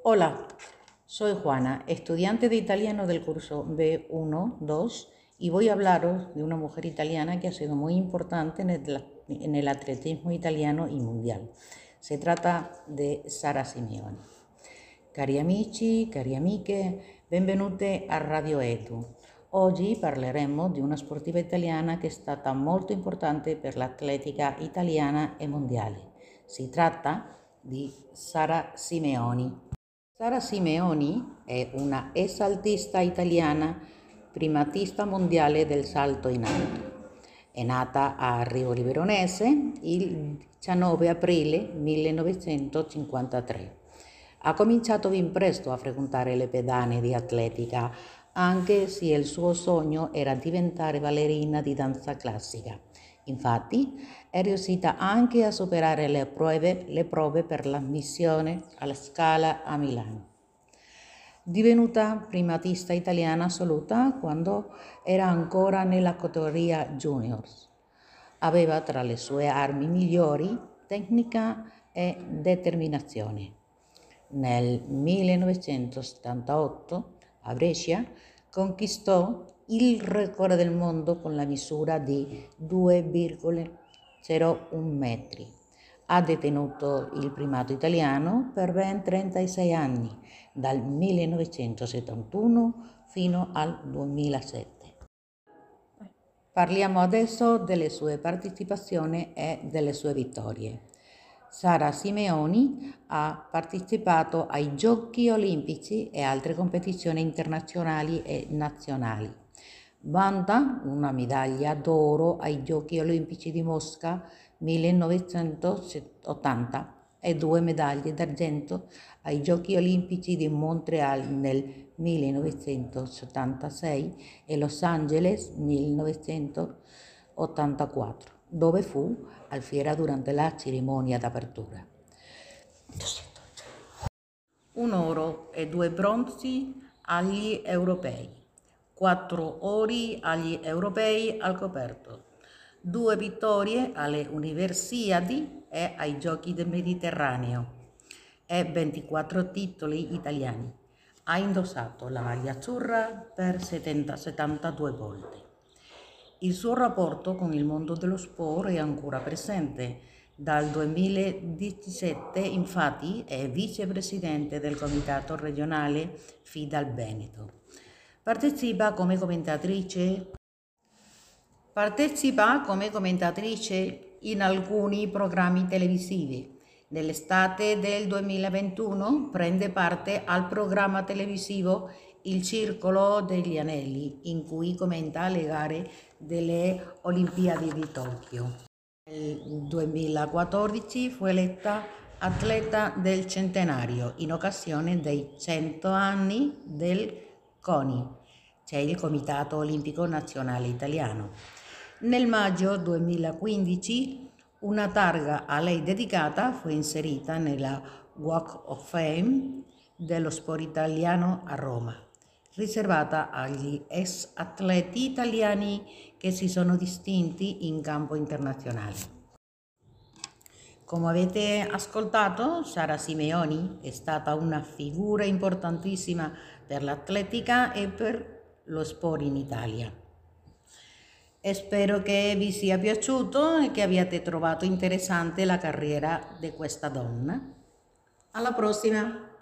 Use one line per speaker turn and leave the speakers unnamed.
Hola, soy Juana, estudiante de italiano del curso B1-2 y voy a hablaros de una mujer italiana que ha sido muy importante en el atletismo italiano y mundial. Se trata de Sara Simeoni. Cari amici, cari amiche, benvenute a Radio Etu. Oggi parleremo di una sportiva italiana che è stata molto importante per l'atletica italiana e mondiale. Si tratta di Sara Simeoni. Sara Simeoni è una ex altista italiana, primatista mondiale del salto in alto. È nata a Rivoli Veronese il 19 aprile 1953. Ha cominciato ben presto a frequentare le pedane di atletica, anche se il suo sogno era diventare ballerina di danza classica. Infatti è riuscita anche a superare le prove per l'ammissione alla Scala a Milano. Divenuta primatista italiana assoluta quando era ancora nella categoria juniors. Aveva tra le sue armi migliori tecnica e determinazione. Nel 1978 a Brescia conquistò il record del mondo con la misura di 2,01 metri. Ha detenuto il primato italiano per ben 36 anni, dal 1971 fino al 2007. Parliamo adesso delle sue partecipazioni e delle sue vittorie. Sara Simeoni ha partecipato ai Giochi Olimpici e altre competizioni internazionali e nazionali. Vanta una medaglia d'oro ai Giochi Olimpici di Mosca 1980 e 2 medaglie d'argento ai Giochi Olimpici di Montreal nel 1976 e Los Angeles 1984, dove fu alfiera durante la cerimonia d'apertura. Un oro e 2 bronzi agli europei, 4 ori agli europei al coperto, 2 vittorie alle Universiadi e ai Giochi del Mediterraneo e 24 titoli italiani. Ha indossato la maglia azzurra per 72 volte. Il suo rapporto con il mondo dello sport è ancora presente. Dal 2017, infatti, è vicepresidente del Comitato regionale FIDAL Veneto. Partecipa come commentatrice in alcuni programmi televisivi. Nell'estate del 2021 prende parte al programma televisivo Il Circolo degli Anelli, in cui commenta le gare delle Olimpiadi di Tokyo. Nel 2014 fu eletta atleta del centenario in occasione dei 100 anni del CONI, cioè il Comitato Olimpico Nazionale Italiano. Nel maggio 2015 una targa a lei dedicata fu inserita nella Walk of Fame dello sport italiano a Roma, riservata agli ex atleti italiani che si sono distinti in campo internazionale. Come avete ascoltato, Sara Simeoni è stata una figura importantissima per l'atletica e per lo sport in Italia. E spero che vi sia piaciuto e che abbiate trovato interessante la carriera di questa donna. Alla prossima!